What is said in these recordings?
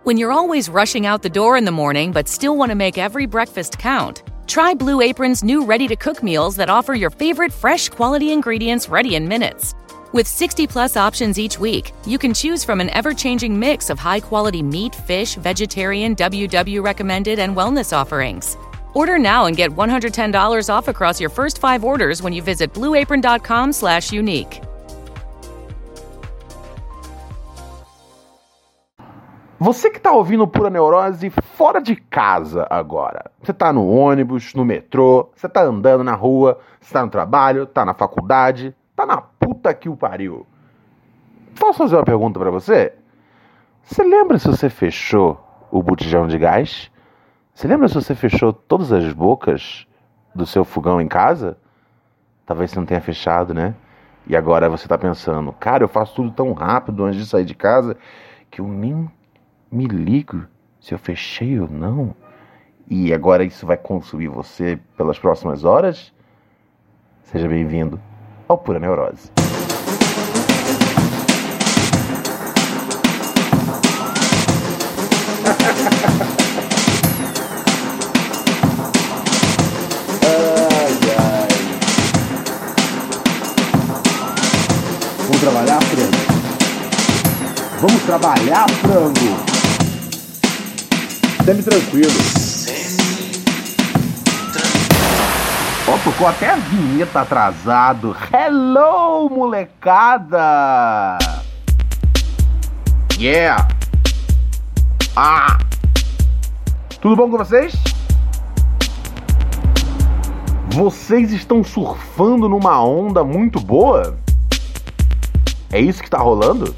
When you're always rushing out the door in the morning but still want to make every breakfast count, try Blue Apron's new ready-to-cook meals that offer your favorite fresh quality ingredients ready in minutes. With 60-plus options each week, you can choose from an ever-changing mix of high-quality meat, fish, vegetarian, WW recommended, and wellness offerings. Order now and get $110 off across your first 5 orders when you visit blueapron.com/unique. Você que tá ouvindo Pura Neurose fora de casa agora. Você tá no ônibus, no metrô, você tá andando na rua, você tá no trabalho, tá na faculdade, tá na puta que o pariu. Posso fazer uma pergunta pra você? Você lembra se você fechou o botijão de gás? Você lembra se você fechou todas as bocas do seu fogão em casa? Talvez você não tenha fechado, né? E agora você tá pensando, cara, eu faço tudo tão rápido antes de sair de casa que eu nem me ligo se eu fechei ou não. E agora isso vai consumir você pelas próximas horas? Seja bem-vindo ao Pura Neurose. Vamos trabalhar, frango? Vamos trabalhar, frango? Sempre tranquilo. Ó, tocou até a vinheta atrasado. Hello, molecada! Yeah! Tudo bom com vocês? Vocês estão surfando numa onda muito boa? É isso que tá rolando?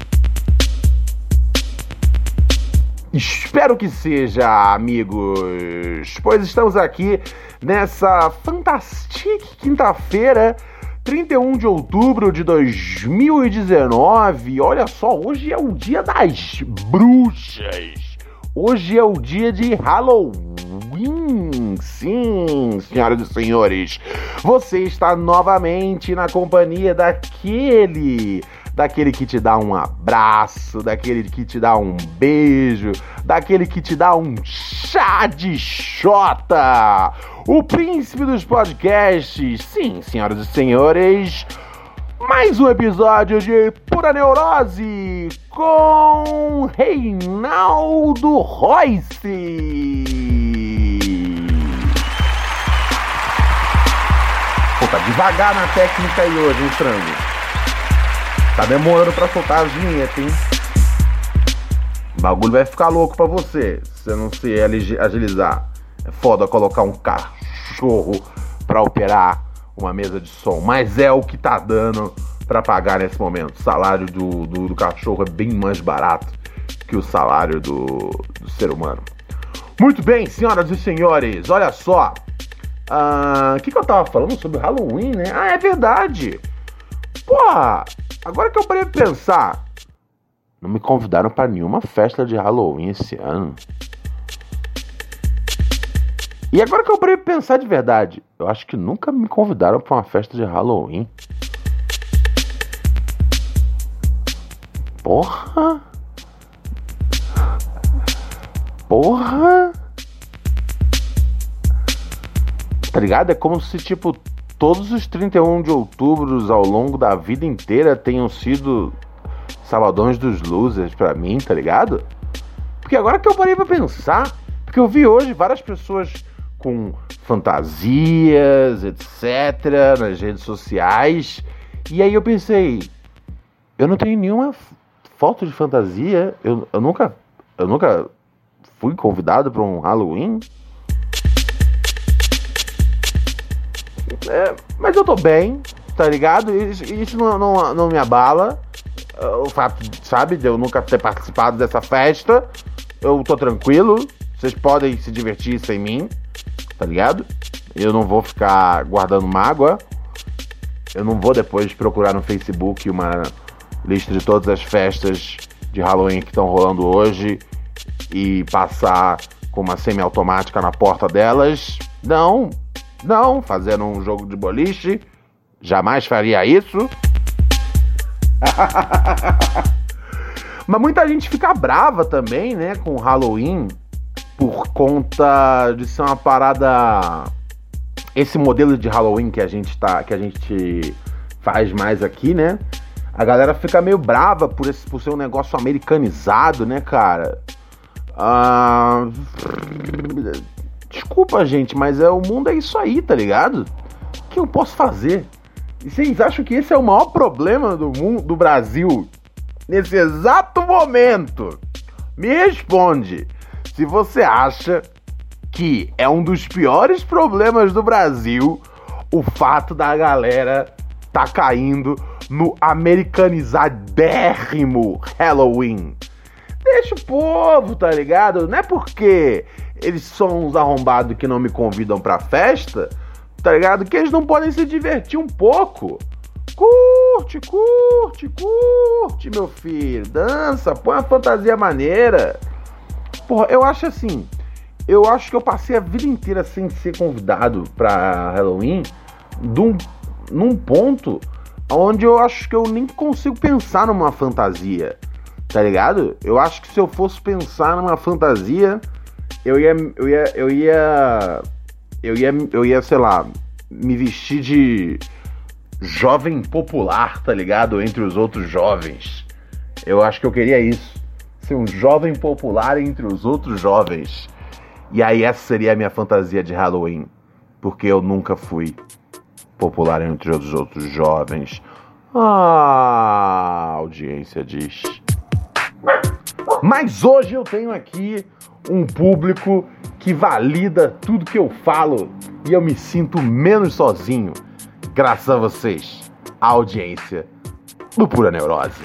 Espero que seja, amigos, pois estamos aqui nessa fantástica quinta-feira, 31 de outubro de 2019. Olha só, hoje é o dia das bruxas. Hoje é o dia de Halloween. Sim, senhoras e senhores, você está novamente na companhia daquele que te dá um abraço, daquele que te dá um beijo, daquele que te dá um chá de xota, o príncipe dos podcasts. Sim, senhoras e senhores, mais um episódio de Pura Neurose com Reinaldo Royce. Pô, tá devagar na técnica aí hoje, hein, frango? Tá demorando pra soltar as vinhetas, hein? O bagulho vai ficar louco pra você, se você não se agilizar. É foda colocar um cachorro pra operar uma mesa de som, mas é o que tá dando pra pagar nesse momento. O salário do cachorro é bem mais barato que o salário do ser humano. Muito bem, senhoras e senhores, olha só. O que eu tava falando sobre Halloween, né? É verdade. Porra, agora que eu parei de pensar, não me convidaram pra nenhuma festa de Halloween esse ano. E agora que eu parei de pensar de verdade, eu acho que nunca me convidaram pra uma festa de Halloween. Porra. Tá ligado? É como se, tipo, todos os 31 de outubro ao longo da vida inteira tenham sido sabadões dos losers pra mim, tá ligado? Porque agora que eu parei pra pensar, porque eu vi hoje várias pessoas com fantasias, etc, nas redes sociais, e aí eu pensei, eu não tenho nenhuma foto de fantasia, eu nunca fui convidado pra um Halloween. Mas eu tô bem, tá ligado? Isso não me abala. O fato, sabe, de eu nunca ter participado dessa festa. Eu tô tranquilo. Vocês podem se divertir sem mim, tá ligado? Eu não vou ficar guardando mágoa. Eu não vou depois procurar no Facebook uma lista de todas as festas de Halloween que estão rolando hoje e passar com uma semiautomática na porta delas. Não, fazendo um jogo de boliche, jamais faria isso. Mas muita gente fica brava também, né, com o Halloween, por conta de ser uma parada... Esse modelo de Halloween que a gente faz mais aqui, né? A galera fica meio brava por ser um negócio americanizado, né, cara? Desculpa, gente, mas o mundo é isso aí, tá ligado? O que eu posso fazer? E vocês acham que esse é o maior problema do Brasil nesse exato momento? Me responde. Se você acha que é um dos piores problemas do Brasil o fato da galera tá caindo no americanizadérrimo Halloween. Deixa o povo, tá ligado? Não é porque eles são uns arrombados que não me convidam pra festa, tá ligado? Que eles não podem se divertir um pouco. Curte, meu filho. Dança, põe uma fantasia maneira. Porra, eu acho assim... Eu acho que eu passei a vida inteira sem ser convidado pra Halloween num ponto onde eu acho que eu nem consigo pensar numa fantasia, tá ligado? Eu acho que se eu fosse pensar numa fantasia, eu ia, sei lá, me vestir de jovem popular, tá ligado? Entre os outros jovens. Eu acho que eu queria isso. Ser um jovem popular entre os outros jovens. E aí essa seria a minha fantasia de Halloween, porque eu nunca fui popular entre os outros jovens. A audiência diz. Mas hoje eu tenho aqui um público que valida tudo que eu falo e eu me sinto menos sozinho, graças a vocês, a audiência do Pura Neurose.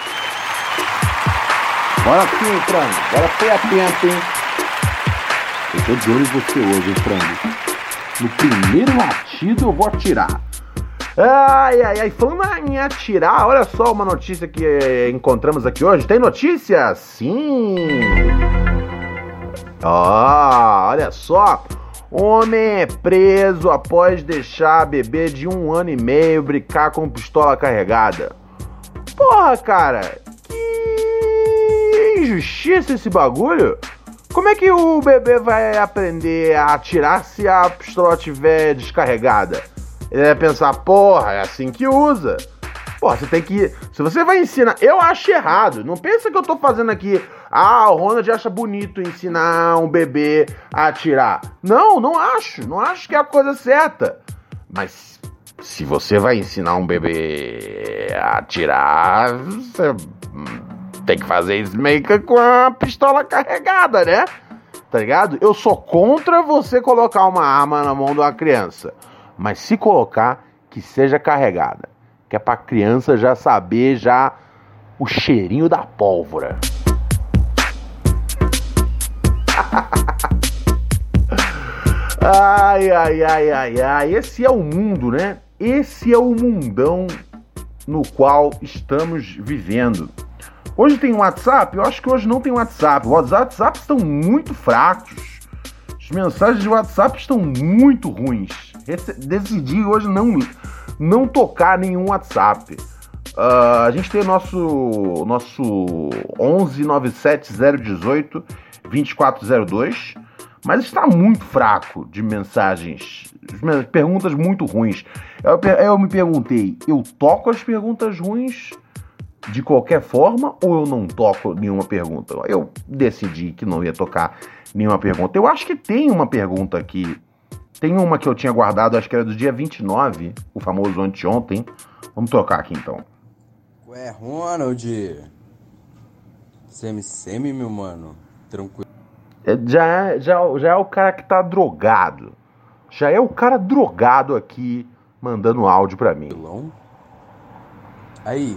Bora sim, Frango, bora ter atento, hein? Eu tô de olho em você hoje, hein, Frango? No primeiro latido eu vou atirar. Ai, falando em atirar, olha só uma notícia que encontramos aqui hoje. Tem notícia? Sim! Olha só. Homem é preso após deixar bebê de 1 ano e meio brincar com pistola carregada. Porra, cara, que injustiça esse bagulho. Como é que o bebê vai aprender a atirar se a pistola estiver descarregada? Ele vai pensar, porra, é assim que usa. Porra, você tem que... Se você vai ensinar... Eu acho errado. Não pensa que eu tô fazendo aqui... o Ronald acha bonito ensinar um bebê a atirar. Não acho. Não acho que é a coisa certa. Mas se você vai ensinar um bebê a atirar, você tem que fazer isso meio que com a pistola carregada, né? Tá ligado? Eu sou contra você colocar uma arma na mão de uma criança. Mas se colocar, que seja carregada. Que é pra criança já saber já o cheirinho da pólvora. Ai. Esse é o mundo, né? Esse é o mundão no qual estamos vivendo. Hoje tem WhatsApp? Eu acho que hoje não tem WhatsApp. Os WhatsApp estão muito fracos. As mensagens de WhatsApp estão muito ruins. Decidi hoje não tocar nenhum WhatsApp. A gente tem o nosso 11 97 018 2402, mas está muito fraco de mensagens, perguntas muito ruins. Eu me perguntei, eu toco as perguntas ruins de qualquer forma ou eu não toco nenhuma pergunta? Eu decidi que não ia tocar nenhuma pergunta. Eu acho que tem uma pergunta aqui. Tem uma que eu tinha guardado, acho que era do dia 29, o famoso anteontem. Vamos tocar aqui então. Ué, Ronald, semi, meu mano, tranquilo. Já é o cara que tá drogado. Já é o cara drogado aqui, mandando áudio pra mim. Aí,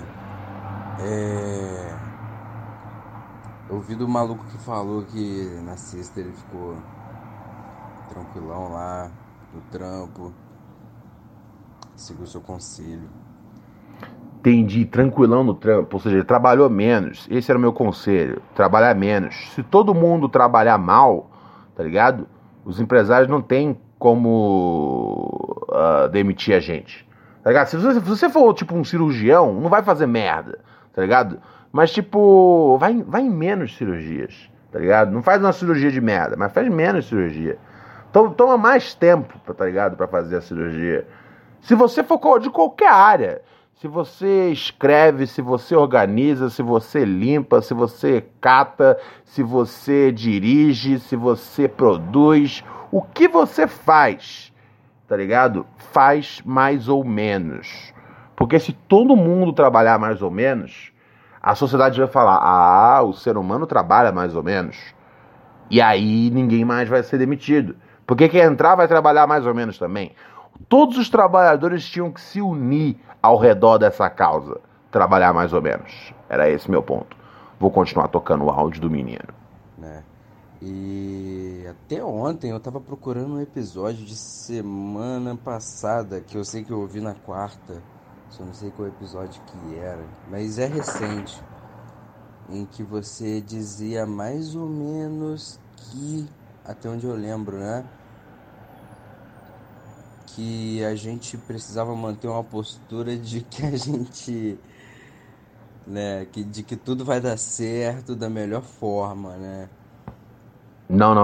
eu ouvi do maluco que falou que na sexta ele ficou tranquilão lá no trampo. Seguiu o seu conselho. Entendi, tranquilão no trampo, ou seja, ele trabalhou menos. Esse era o meu conselho, trabalhar menos. Se todo mundo trabalhar mal, tá ligado? Os empresários não tem como demitir a gente, tá ligado? Se você for tipo um cirurgião, não vai fazer merda, tá ligado? Mas, tipo, vai em menos cirurgias, tá ligado? Não faz uma cirurgia de merda, mas faz menos cirurgia. Então, toma mais tempo, tá ligado? Pra fazer a cirurgia. Se você for de qualquer área, se você escreve, se você organiza, se você limpa, se você cata, se você dirige, se você produz, o que você faz, tá ligado? Faz mais ou menos. Porque se todo mundo trabalhar mais ou menos, a sociedade vai falar, o ser humano trabalha mais ou menos. E aí ninguém mais vai ser demitido. Porque quem entrar vai trabalhar mais ou menos também. Todos os trabalhadores tinham que se unir ao redor dessa causa. Trabalhar mais ou menos. Era esse meu ponto. Vou continuar tocando o áudio do menino. E até ontem eu tava procurando um episódio de semana passada, que eu sei que eu ouvi na quarta. Só não sei qual episódio que era. Mas é recente. Em que você dizia mais ou menos que, até onde eu lembro, né? Que a gente precisava manter uma postura de que a gente, né, de que tudo vai dar certo da melhor forma, né? Não.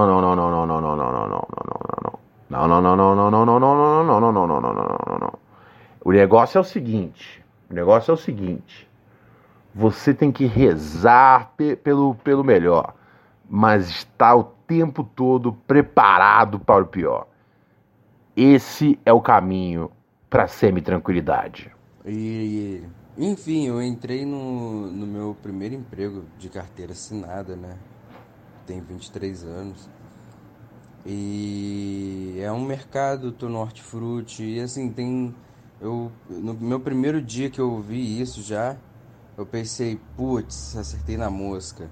O negócio é o seguinte. Você tem que rezar pelo melhor, mas está o tempo todo preparado para o pior. Esse é o caminho para semi-tranquilidade. E, enfim, eu entrei no meu primeiro emprego de carteira assinada, né? Tenho 23 anos. E é um mercado, tô no hortifruti. E assim, no meu primeiro dia que eu vi isso já, eu pensei, putz, acertei na mosca.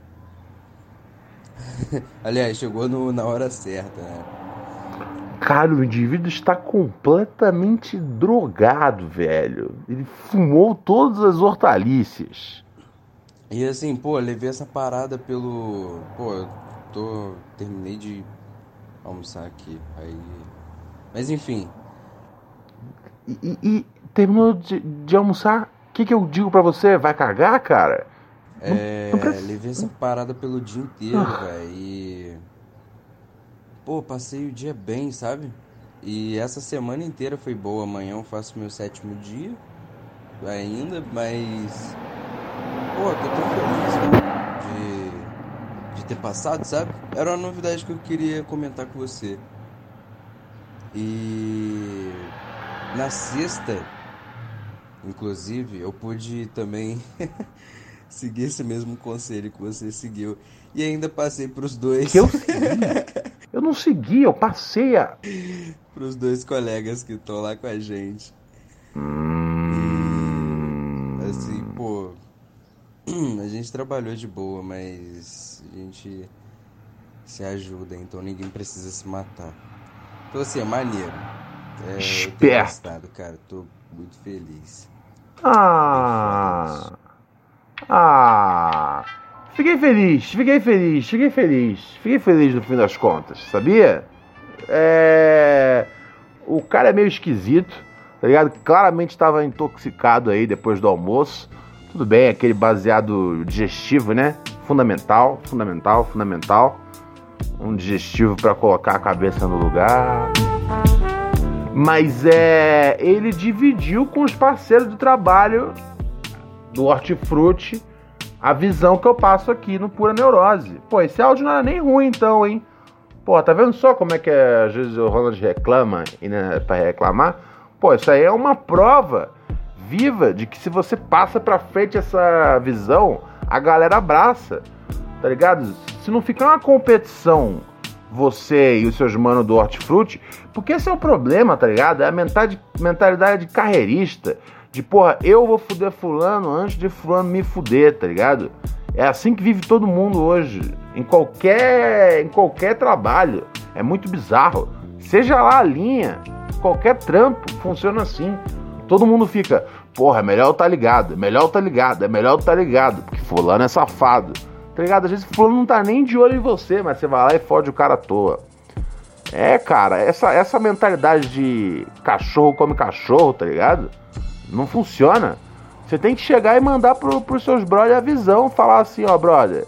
Aliás, chegou na hora certa, né? Cara, o indivíduo está completamente drogado, velho. Ele fumou todas as hortaliças. E assim, pô, levei essa parada pelo... Pô, terminei de almoçar aqui, aí... Mas enfim. E terminou de almoçar? O que eu digo pra você? Vai cagar, cara? Não precisa... Levei essa parada pelo dia inteiro, velho, e... Pô, passei o dia bem, sabe? E essa semana inteira foi boa. Amanhã eu faço meu 7º dia ainda, mas... Pô, tô tão feliz, velho, de ter passado, sabe? Era uma novidade que eu queria comentar com você. E... Na sexta, inclusive, eu pude também seguir esse mesmo conselho que você seguiu. E ainda passei pros dois... Que eu segui? Eu não segui, eu passei pros dois colegas que estão lá com a gente. E, assim, pô, a gente trabalhou de boa, mas a gente se ajuda, então ninguém precisa se matar. Então, assim, é maneiro. Eu tenho gostado, cara, tô muito feliz. Fiquei feliz no fim das contas, sabia? O cara é meio esquisito, tá ligado? Claramente estava intoxicado aí depois do almoço. Tudo bem, aquele baseado digestivo, né? Fundamental. Um digestivo para colocar a cabeça no lugar. Mas ele dividiu com os parceiros do trabalho do hortifruti a visão que eu passo aqui no Pura Neurose. Pô, esse áudio não era nem ruim então, hein? Pô, tá vendo só como é que às vezes o Ronald reclama e né, pra reclamar? Pô, isso aí é uma prova viva de que se você passa pra frente essa visão, a galera abraça, tá ligado? Se não ficar uma competição, você e os seus manos do hortifruti, porque esse é o problema, tá ligado? É a mentalidade de carreirista. De, porra, eu vou fuder fulano antes de fulano me fuder, tá ligado? É assim que vive todo mundo hoje. Em qualquer trabalho. É muito bizarro. Seja lá a linha, qualquer trampo, funciona assim. Todo mundo fica, porra, é melhor eu tá ligado, porque fulano é safado. Tá ligado? Às vezes fulano não tá nem de olho em você, mas você vai lá e fode o cara à toa. Cara, essa mentalidade de cachorro come cachorro, tá ligado? Não funciona. Você tem que chegar e mandar pros seus brother a visão, falar assim, ó, brother,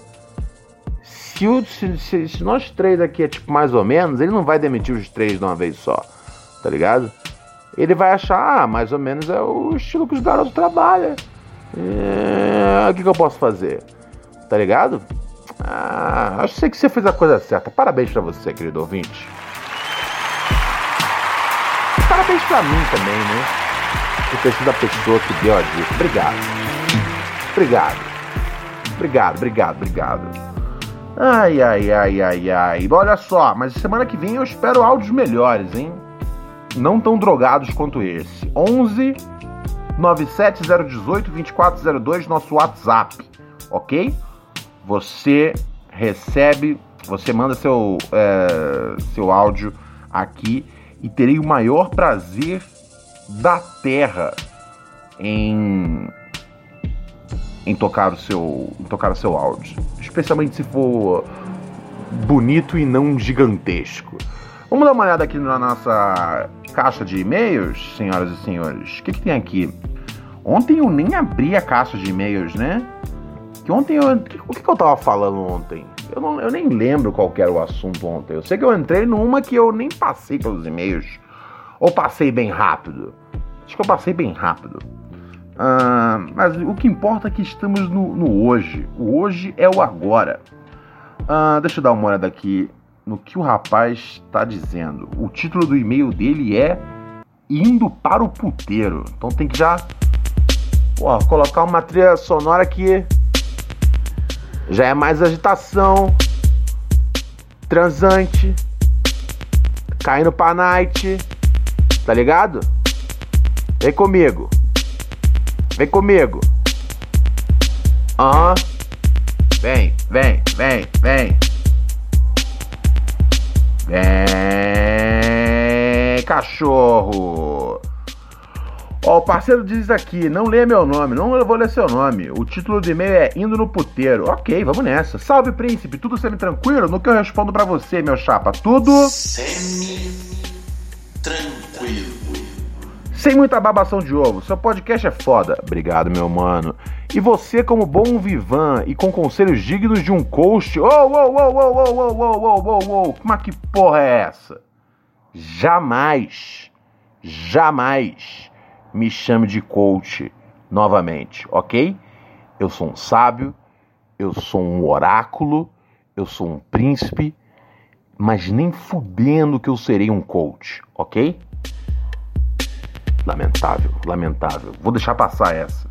se nós três aqui é tipo mais ou menos, ele não vai demitir os três de uma vez só, tá ligado? Ele vai achar, mais ou menos é o estilo que os garotos trabalham. O que eu posso fazer? Tá ligado? Acho que você fez a coisa certa. Parabéns pra você, querido ouvinte. Parabéns pra mim também, né? Por ter sido a pessoa que deu a dica. Obrigado. Ai. Olha só, mas semana que vem eu espero áudios melhores, hein? Não tão drogados quanto esse. 11 97 018 2402, nosso WhatsApp, ok? Você manda seu áudio aqui e terei o maior prazer da terra em tocar o seu áudio, especialmente se for bonito e não gigantesco. Vamos dar uma olhada aqui na nossa caixa de e-mails, senhoras e senhores. O que tem aqui? Ontem eu nem abri a caixa de e-mails, né? O que eu tava falando ontem? Eu nem lembro qual que era o assunto ontem. Eu sei que eu entrei numa que eu nem passei pelos e-mails. Ou passei bem rápido? Acho que eu passei bem rápido. Mas o que importa é que estamos no hoje. O hoje é o agora. Deixa eu dar uma olhada aqui no que o rapaz está dizendo. O título do e-mail dele é Indo para o Puteiro. Então tem que já colocar uma trilha sonora que já é mais agitação, transante, caindo pra night, tá ligado? Vem comigo. Vem, cachorro. O parceiro diz aqui, não lê meu nome, não vou ler seu nome. O título do e-mail é Indo no Puteiro. Ok, vamos nessa. Salve, príncipe, tudo semi-tranquilo? No que eu respondo pra você, meu chapa? Tudo semi-tranquilo. Sem muita babação de ovo, seu podcast é foda. Obrigado, meu mano. E você, como bom vivan e com conselhos dignos de um coach... Mas que porra é essa? Jamais me chame de coach novamente, ok? Eu sou um sábio, eu sou um oráculo, eu sou um príncipe, mas nem fudendo que eu serei um coach, ok? Lamentável. Vou deixar passar essa.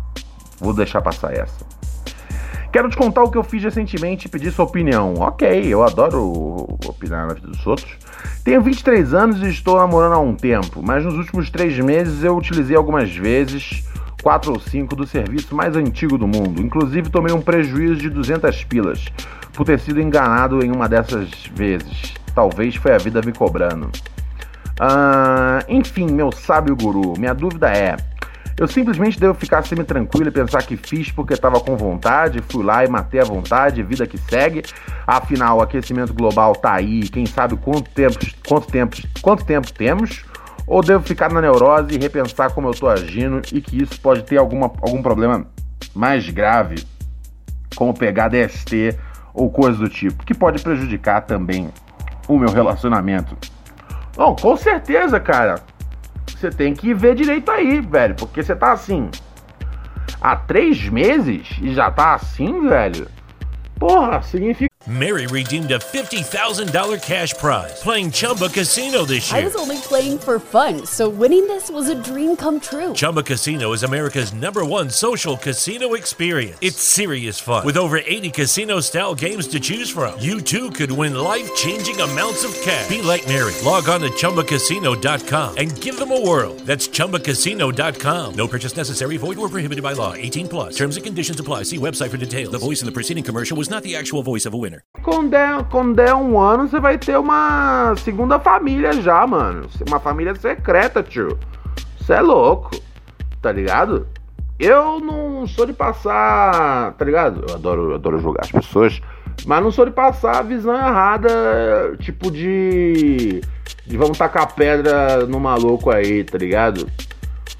Quero te contar o que eu fiz recentemente e pedir sua opinião. Ok, eu adoro opinar na vida dos outros. Tenho 23 anos e estou namorando há um tempo, mas nos últimos 3 meses eu utilizei algumas vezes, 4 ou 5, do serviço mais antigo do mundo. Inclusive tomei um prejuízo de 200 pilas por ter sido enganado em uma dessas vezes. Talvez foi a vida me cobrando. Enfim, meu sábio guru, minha dúvida é... Eu simplesmente devo ficar semi-tranquilo e pensar que fiz porque estava com vontade, fui lá e matei a vontade, vida que segue. Afinal, o aquecimento global tá aí, quem sabe quanto tempo temos? Ou devo ficar na neurose e repensar como eu tô agindo e que isso pode ter algum problema mais grave, como pegar DST ou coisa do tipo, que pode prejudicar também o meu relacionamento? Não, com certeza, cara. Você tem que ver direito aí, velho. Porque você tá assim há 3 meses e já tá assim, velho. Porra, significa... Mary redeemed a $50,000 cash prize playing Chumba Casino this year. I was only playing for fun, so winning this was a dream come true. Chumba Casino is America's #1 social casino experience. It's serious fun. With over 80 casino-style games to choose from, you too could win life-changing amounts of cash. Be like Mary. Log on to ChumbaCasino.com and give them a whirl. That's ChumbaCasino.com. No purchase necessary. Void or prohibited by law. 18 plus. Terms and conditions apply. See website for details. The voice in the preceding commercial was not the actual voice of a winner. Quando der um ano, você vai ter uma segunda família já, mano. Uma família secreta, tio. Você é louco, tá ligado? Eu não sou de passar, tá ligado? Eu adoro julgar as pessoas, mas não sou de passar a visão errada, tipo de vamos tacar pedra no maluco aí, tá ligado?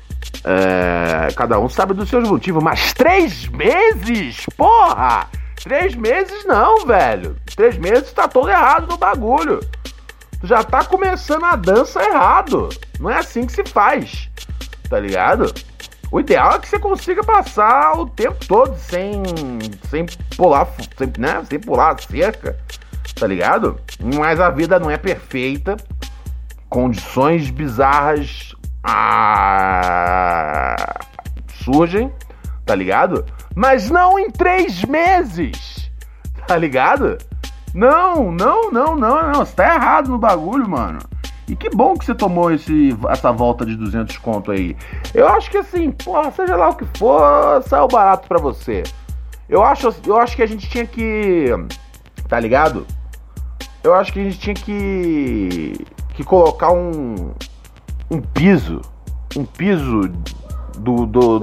Cada um sabe dos seus motivos, mas 3 meses? Porra! 3 meses não, velho. 3 meses tá todo errado no bagulho. Tu já tá começando a dança errado. Não é assim que se faz, tá ligado? O ideal é que você consiga passar o tempo todo sem pular, sem pular a cerca, tá ligado? Mas a vida não é perfeita. Condições bizarras surgem, tá ligado? Mas não em 3 meses, tá ligado? Não, você tá errado no bagulho, mano. E que bom que você tomou essa volta de 200 conto aí. Eu acho que assim, porra, seja lá o que for, saiu barato pra você. Eu acho que a gente tinha que, tá ligado? Eu acho que a gente tinha que colocar um piso do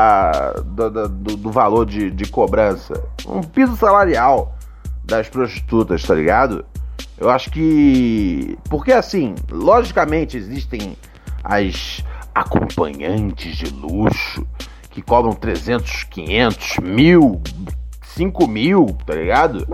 valor de cobrança, um piso salarial das prostitutas, tá ligado? Eu acho que... Porque assim, logicamente existem as acompanhantes de luxo que cobram 300, 500, 1000, 5.000, tá ligado?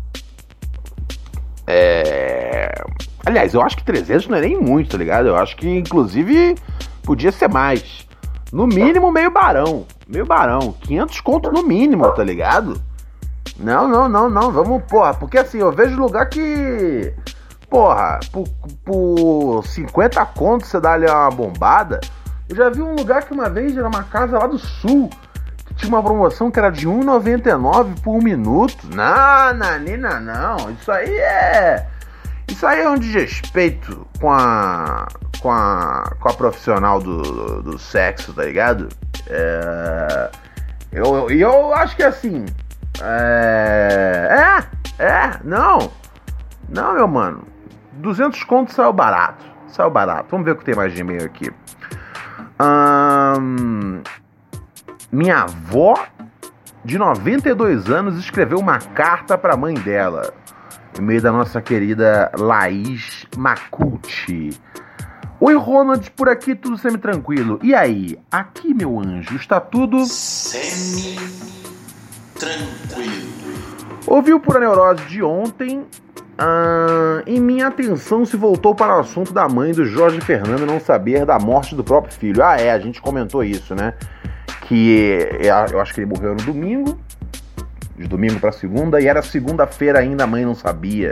Aliás, eu acho que 300 não é nem muito, tá ligado? Eu acho que, inclusive, podia ser mais. No mínimo, meio barão. 500 conto no mínimo, tá ligado? Não, vamos, porra. Porque assim, eu vejo lugar que... Porra, por 50 conto você dá ali uma bombada. Eu já vi um lugar que uma vez era uma casa lá do sul, que tinha uma promoção que era de R$1,99 por minuto. Não. Isso aí é um desrespeito com a profissional do sexo, tá ligado? Eu acho que assim... Não, meu mano. 200 contos saiu barato. Vamos ver o que tem mais de e-mail aqui. Minha avó, de 92 anos, escreveu uma carta pra mãe dela. E-mail da nossa querida Laís Macucci. Oi, Ronald, por aqui tudo semi-tranquilo. E aí? Aqui, meu anjo, está tudo... semi-tranquilo. Ouvi o Pura Neurose de ontem e minha atenção se voltou para o assunto da mãe do Jorge Fernando não saber da morte do próprio filho. A gente comentou isso, né? Que eu acho que ele morreu no domingo, de domingo para segunda, e era segunda-feira ainda, a mãe não sabia.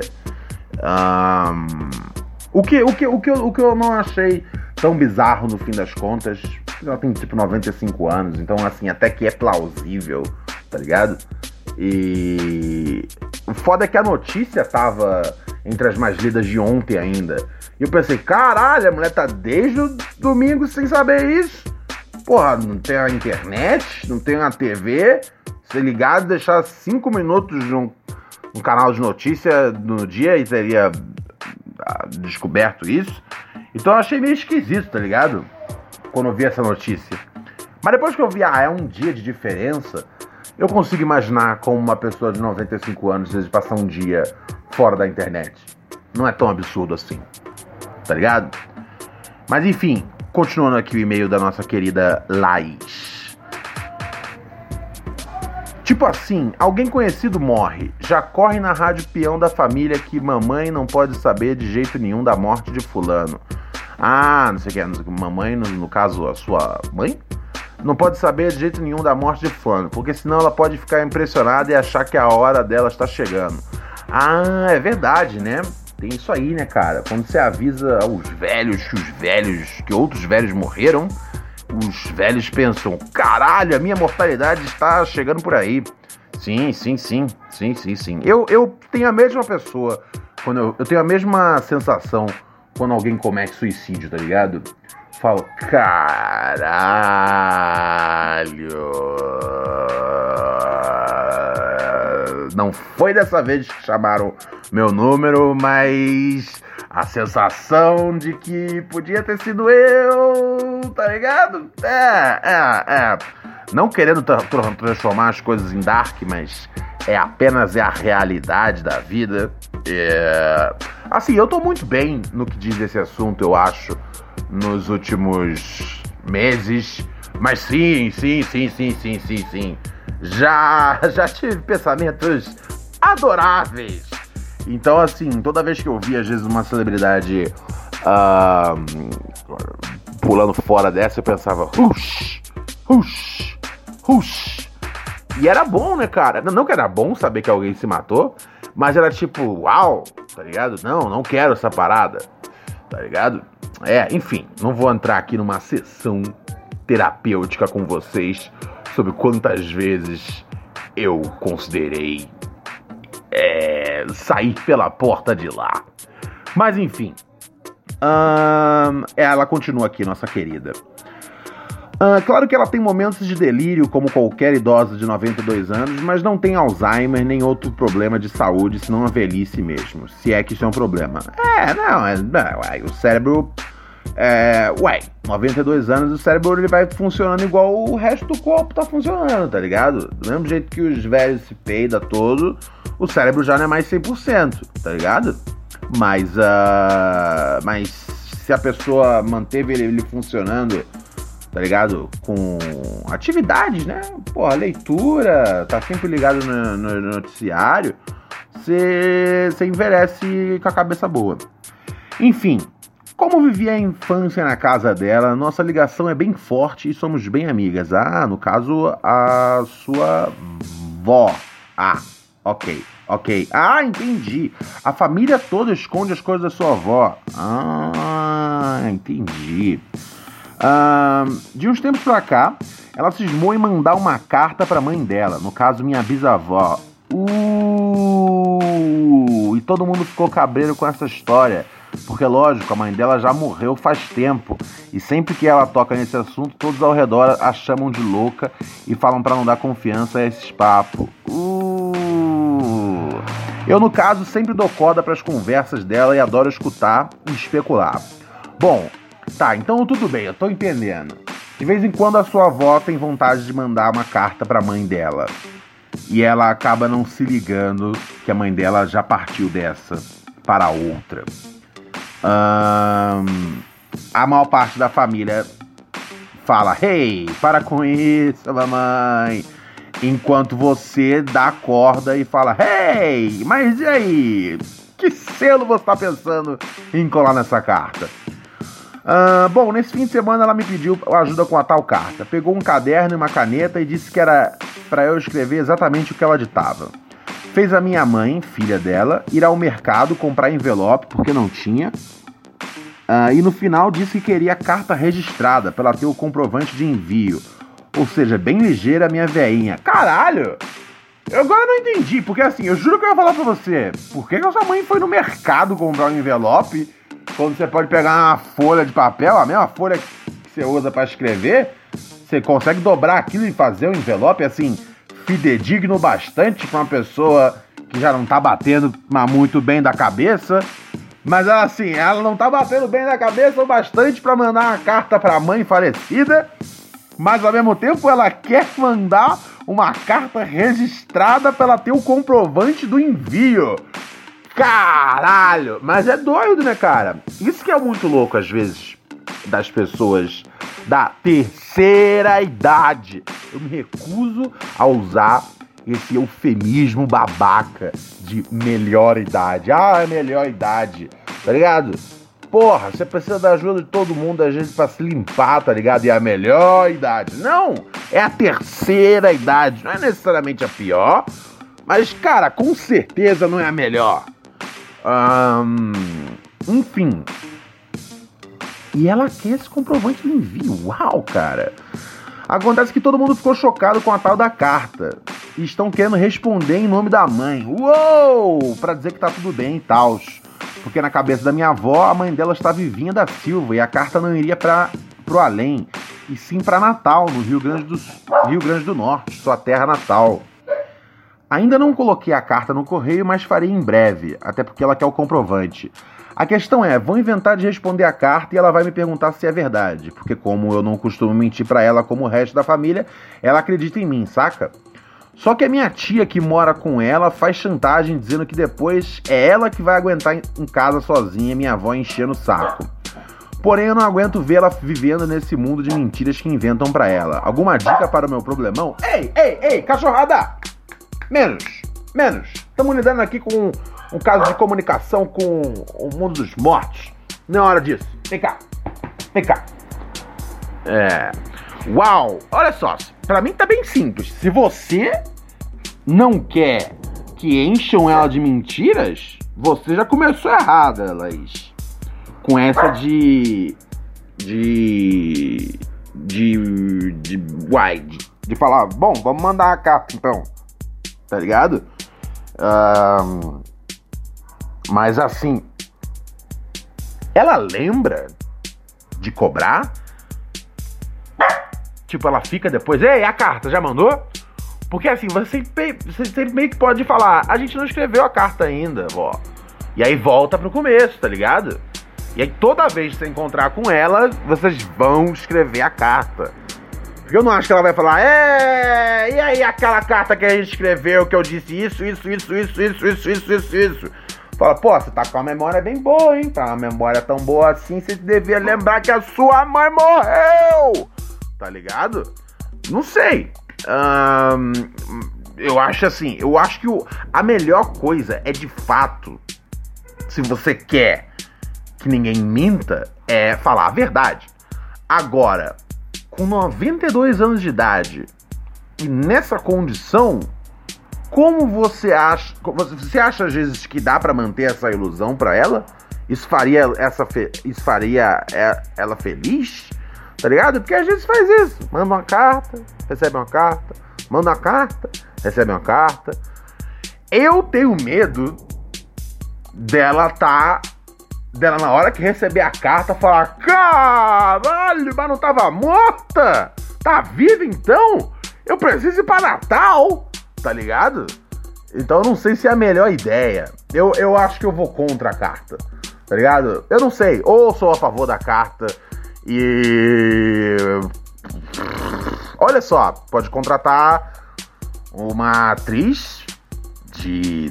O que eu não achei tão bizarro no fim das contas. Ela tem tipo 95 anos, então assim, até que é plausível, tá ligado? E o foda é que a notícia tava entre as mais lidas de ontem ainda. E eu pensei, caralho, a mulher tá desde o domingo sem saber isso. Porra, não tem a internet, não tem a TV. Se ligar e deixar 5 minutos num canal de notícia no dia e teria descoberto isso. Então eu achei meio esquisito, tá ligado? Quando eu vi essa notícia. Mas depois que eu vi, é um dia de diferença, eu consigo imaginar como uma pessoa de 95 anos às vezes passar um dia fora da internet. Não é tão absurdo assim, tá ligado? Mas enfim, continuando aqui o e-mail da nossa querida Laís. Tipo assim, alguém conhecido morre, já corre na rádio peão da família que mamãe não pode saber de jeito nenhum da morte de fulano. Não sei o que, mamãe, no caso a sua mãe, não pode saber de jeito nenhum da morte de fulano, porque senão ela pode ficar impressionada e achar que a hora dela está chegando. É verdade, né? Tem isso aí, né, cara? Quando você avisa aos velhos que outros velhos morreram, os velhos pensam, caralho, a minha mortalidade está chegando por aí. Sim. Eu tenho a mesma pessoa, eu tenho a mesma sensação quando alguém comete suicídio, tá ligado? Falo, caralho, não foi dessa vez que chamaram meu número, mas a sensação de que podia ter sido eu, tá ligado? Não querendo transformar as coisas em dark, mas apenas a realidade da vida. Assim, eu tô muito bem no que diz esse assunto, eu acho, nos últimos meses. Mas sim. Já tive pensamentos adoráveis. Então, assim, toda vez que eu via, às vezes, uma celebridade pulando fora dessa, eu pensava, hush. E era bom, né, cara? Não que era bom saber que alguém se matou, mas era tipo, uau, tá ligado? Não quero essa parada, tá ligado? Enfim, não vou entrar aqui numa sessão terapêutica com vocês sobre quantas vezes eu considerei sair pela porta de lá. Mas enfim, ela continua aqui, nossa querida. Claro que ela tem momentos de delírio, como qualquer idosa de 92 anos, mas não tem Alzheimer nem outro problema de saúde, senão a velhice mesmo, se é que isso é um problema. O cérebro... 92 anos, o cérebro ele vai funcionando igual o resto do corpo tá funcionando, tá ligado? Do mesmo jeito que os velhos se peidam todo, o cérebro já não é mais 100%, tá ligado? Mas se a pessoa manteve ele funcionando, tá ligado? Com atividades, né? Porra, leitura, tá sempre ligado no noticiário, você envelhece com a cabeça boa. Enfim, como vivi a infância na casa dela, nossa ligação é bem forte e somos bem amigas. No caso, a sua vó. Ok. Entendi. A família toda esconde as coisas da sua avó. Entendi. De uns tempos pra cá, ela cismou em mandar uma carta pra mãe dela, no caso, minha bisavó. E todo mundo ficou cabreiro com essa história. Porque, lógico, a mãe dela já morreu faz tempo. E sempre que ela toca nesse assunto, todos ao redor a chamam de louca e falam pra não dar confiança a esses papos. Eu, no caso, sempre dou corda pras conversas dela e adoro escutar e especular. Bom, tá, então tudo bem, eu tô entendendo. De vez em quando a sua avó tem vontade de mandar uma carta pra mãe dela. E ela acaba não se ligando que a mãe dela já partiu dessa para outra. A maior parte da família fala, hey, para com isso, mamãe. Enquanto você dá a corda e fala, hey, mas e aí? Que selo você tá pensando em colar nessa carta? Bom, nesse fim de semana ela me pediu ajuda com a tal carta. Pegou um caderno e uma caneta e disse que era para eu escrever exatamente o que ela ditava. Fez a minha mãe, filha dela, ir ao mercado comprar envelope porque não tinha. E no final disse que queria a carta registrada para ela ter o comprovante de envio. Ou seja, bem ligeira a minha veinha. Caralho! Eu agora não entendi, porque assim, eu juro que eu ia falar pra você. Por que a sua mãe foi no mercado comprar um envelope quando você pode pegar uma folha de papel, a mesma folha que você usa pra escrever? Você consegue dobrar aquilo e fazer um envelope assim, fidedigno bastante pra uma pessoa que já não tá batendo muito bem da cabeça. Mas assim, ela não tá batendo bem da cabeça o bastante pra mandar uma carta pra mãe falecida, mas ao mesmo tempo ela quer mandar uma carta registrada pra ela ter o comprovante do envio. Caralho! Mas é doido, né, cara? Isso que é muito louco, às vezes, das pessoas da terceira idade. Eu me recuso a usar esse eufemismo babaca de melhor idade. É melhor idade, tá ligado? Porra, você precisa da ajuda de todo mundo, às vezes, pra se limpar, tá ligado? E é a melhor idade. Não, é a terceira idade. Não é necessariamente a pior, mas, cara, com certeza não é a melhor. Enfim. E ela quer esse comprovante do envio. Uau, cara. Acontece que todo mundo ficou chocado com a tal da carta. E estão querendo responder em nome da mãe. Uou! Pra dizer que tá tudo bem e tal. Porque na cabeça da minha avó, a mãe dela está vivinha da Silva e a carta não iria pro além, e sim para Natal, no Rio Grande do Norte, sua terra natal. Ainda não coloquei a carta no correio, mas farei em breve, até porque ela quer o comprovante. A questão é, vou inventar de responder a carta e ela vai me perguntar se é verdade, porque como eu não costumo mentir para ela como o resto da família, ela acredita em mim, saca? Só que a minha tia que mora com ela faz chantagem dizendo que depois é ela que vai aguentar em casa sozinha, minha avó enchendo o saco. Porém, eu não aguento vê-la vivendo nesse mundo de mentiras que inventam pra ela. Alguma dica para o meu problemão? Ei, cachorrada! Menos. Estamos lidando aqui com um caso de comunicação com o mundo dos mortos. Não é hora disso. Vem cá. Uau! Olha só, pra mim tá bem simples. Se você não quer que encham ela de mentiras, você já começou errada, Laís. Com essa de falar, bom, vamos mandar a carta então, tá ligado? Mas assim, ela lembra de cobrar? Tipo, ela fica depois, ei, a carta, já mandou? Porque assim, você meio que pode falar, a gente não escreveu a carta ainda, vó. E aí volta pro começo, tá ligado? E aí toda vez que você encontrar com ela, vocês vão escrever a carta. Porque eu não acho que ela vai falar, e aí aquela carta que a gente escreveu, que eu disse isso. Fala, pô, você tá com a memória bem boa, hein? Pra uma memória tão boa assim, você devia lembrar que a sua mãe morreu! Tá ligado? Não sei. Eu acho que a melhor coisa é, de fato, se você quer que ninguém minta, é falar a verdade. Agora, com 92 anos de idade e nessa condição, como você acha às vezes que dá pra manter essa ilusão pra ela? Isso faria ela feliz? Tá ligado? Porque às vezes faz isso. Manda uma carta, recebe uma carta. Manda uma carta, recebe uma carta. Eu tenho medo dela na hora que receber a carta, falar, caralho, mas não tava morta? Tá viva então? Eu preciso ir pra Natal, tá ligado? Então eu não sei se é a melhor ideia. Eu acho que eu vou contra a carta, tá ligado? Eu não sei, ou sou a favor da carta e... Olha só, pode contratar uma atriz de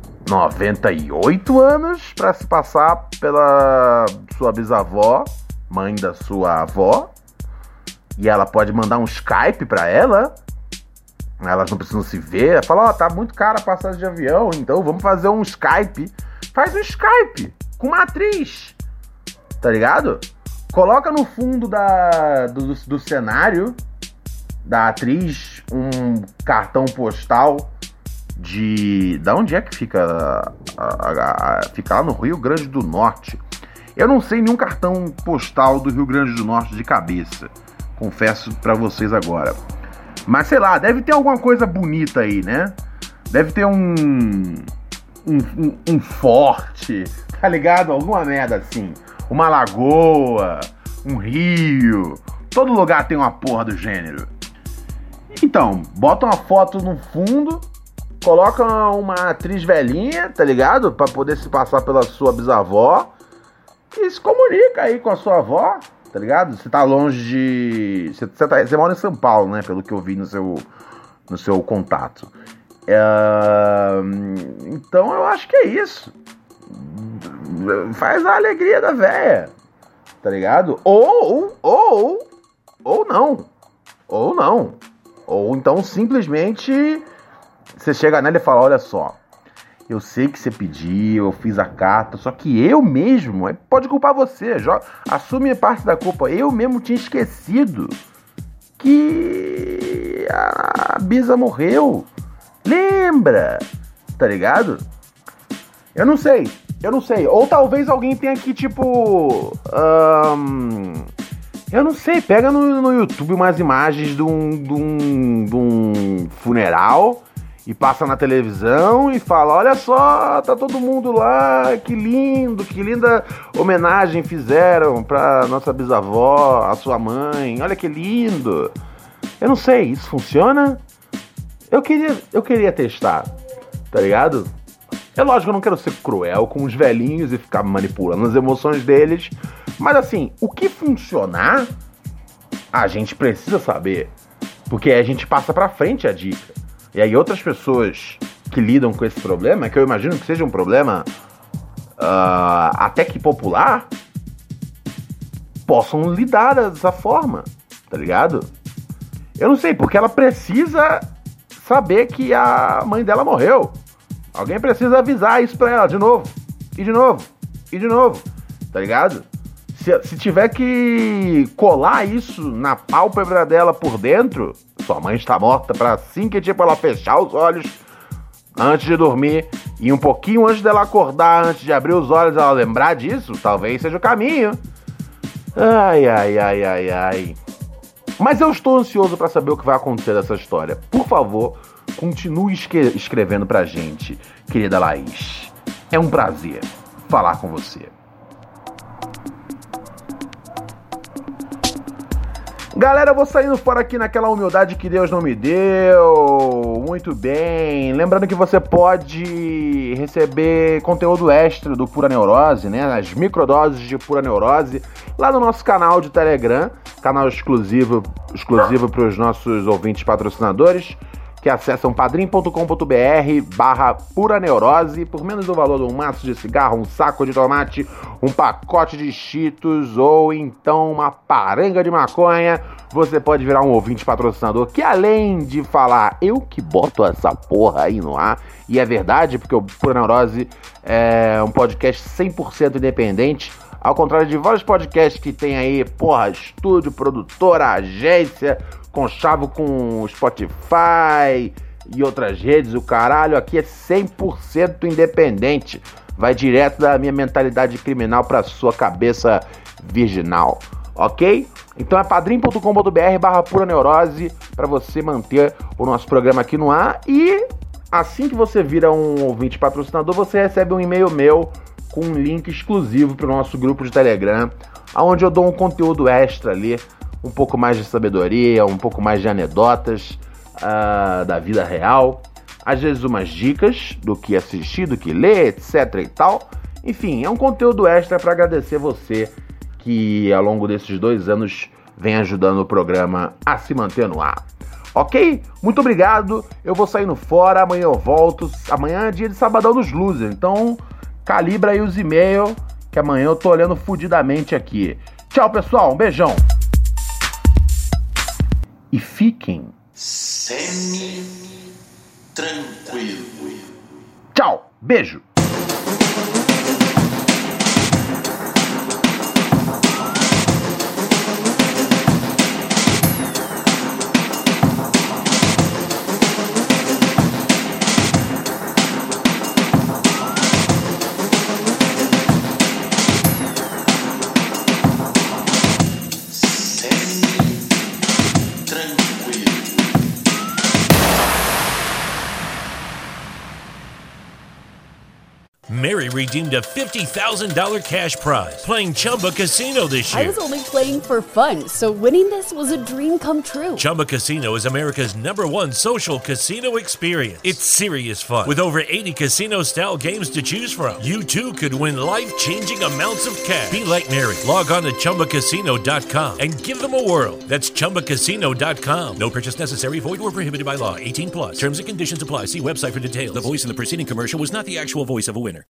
98 anos pra se passar pela sua bisavó, mãe da sua avó, e ela pode mandar um Skype pra ela. Elas não precisam se ver. Fala, tá muito cara a passagem de avião, então vamos fazer um Skype. Faz um Skype com uma atriz, tá ligado? Coloca no fundo do cenário da atriz um cartão postal da onde é que fica? Fica lá no Rio Grande do Norte. Eu não sei nenhum cartão postal do Rio Grande do Norte de cabeça, confesso pra vocês agora. Mas sei lá, deve ter alguma coisa bonita aí, né? Deve ter um forte, tá ligado? Alguma merda assim. Uma lagoa, um rio. Todo lugar tem uma porra do gênero. Então, bota uma foto no fundo, coloca uma atriz velhinha, tá ligado? Pra poder se passar pela sua bisavó. E se comunica aí com a sua avó, tá ligado? Você tá longe de... Você mora em São Paulo, né? Pelo que eu vi no seu contato. Então eu acho que é isso. Faz a alegria da véia, tá ligado? Ou não. Ou então simplesmente você chega nela e fala, olha só, eu sei que você pediu, eu fiz a carta, só que eu mesmo, pode culpar você, assume parte da culpa, eu mesmo tinha esquecido que a Bisa morreu. Lembra? Tá ligado? Eu não sei. Ou talvez alguém tenha que, tipo... eu não sei, pega no YouTube umas imagens de um funeral e passa na televisão e fala, olha só, tá todo mundo lá, que lindo, que linda homenagem fizeram pra nossa bisavó, a sua mãe, olha que lindo. Eu não sei, isso funciona? Eu queria testar, tá ligado? É lógico que eu não quero ser cruel com os velhinhos e ficar manipulando as emoções deles, mas assim, o que funcionar, a gente precisa saber, porque aí a gente passa pra frente a dica. E aí outras pessoas que lidam com esse problema, que eu imagino que seja um problema até que popular, possam lidar dessa forma, tá ligado? Eu não sei, porque ela precisa saber que a mãe dela morreu. Alguém precisa avisar isso pra ela de novo, e de novo, e de novo, tá ligado? Se tiver que colar isso na pálpebra dela por dentro, sua mãe está morta, pra assim que tipo ela fechar os olhos antes de dormir e um pouquinho antes dela acordar, antes de abrir os olhos, ela lembrar disso, talvez seja o caminho. Ai, ai, ai, ai, ai. Mas eu estou ansioso para saber o que vai acontecer dessa história. Por favor, continue escrevendo pra gente, querida Laís. É um prazer falar com você. Galera, eu vou saindo fora aqui naquela humildade que Deus não me deu. Muito bem. Lembrando que você pode receber conteúdo extra do Pura Neurose, né? As microdoses de Pura Neurose, lá no nosso canal de Telegram. Canal exclusivo para os nossos ouvintes patrocinadores, que acessam padrim.com.br/Pura Neurose. Por menos do valor de um maço de cigarro, um saco de tomate, um pacote de Cheetos ou então uma paranga de maconha, você pode virar um ouvinte patrocinador que, além de falar eu que boto essa porra aí no ar, e é verdade, porque o Pura Neurose é um podcast 100% independente, ao contrário de vários podcasts que tem aí, porra, estúdio, produtora, agência, conchavo com Spotify e outras redes, o caralho, aqui é 100% independente. Vai direto da minha mentalidade criminal pra sua cabeça virginal, ok? Então é padrim.com.br/Pura Neurose pra você manter o nosso programa aqui no ar. E assim que você vira um ouvinte patrocinador, você recebe um e-mail meu com um link exclusivo pro nosso grupo de Telegram, onde eu dou um conteúdo extra ali, um pouco mais de sabedoria, um pouco mais de anedotas da vida real, às vezes umas dicas do que assistir, do que ler, etc e tal. Enfim, é um conteúdo extra para agradecer você que ao longo desses 2 anos vem ajudando o programa a se manter no ar. Ok? Muito obrigado, eu vou saindo fora, amanhã eu volto, amanhã é dia de Sabadão dos Losers, então calibra aí os e-mails, que amanhã eu tô olhando fudidamente aqui. Tchau, pessoal, um beijão! E fiquem semi-tranquilo. Tchau, beijo! Mary redeemed a $50,000 cash prize playing Chumba Casino this year. I was only playing for fun, so winning this was a dream come true. Chumba Casino is America's #1 social casino experience. It's serious fun. With over 80 casino-style games to choose from, you too could win life-changing amounts of cash. Be like Mary. Log on to ChumbaCasino.com and give them a whirl. That's ChumbaCasino.com. No purchase necessary. Void or prohibited by law. 18+. Terms and conditions apply. See website for details. The voice in the preceding commercial was not the actual voice of a winner.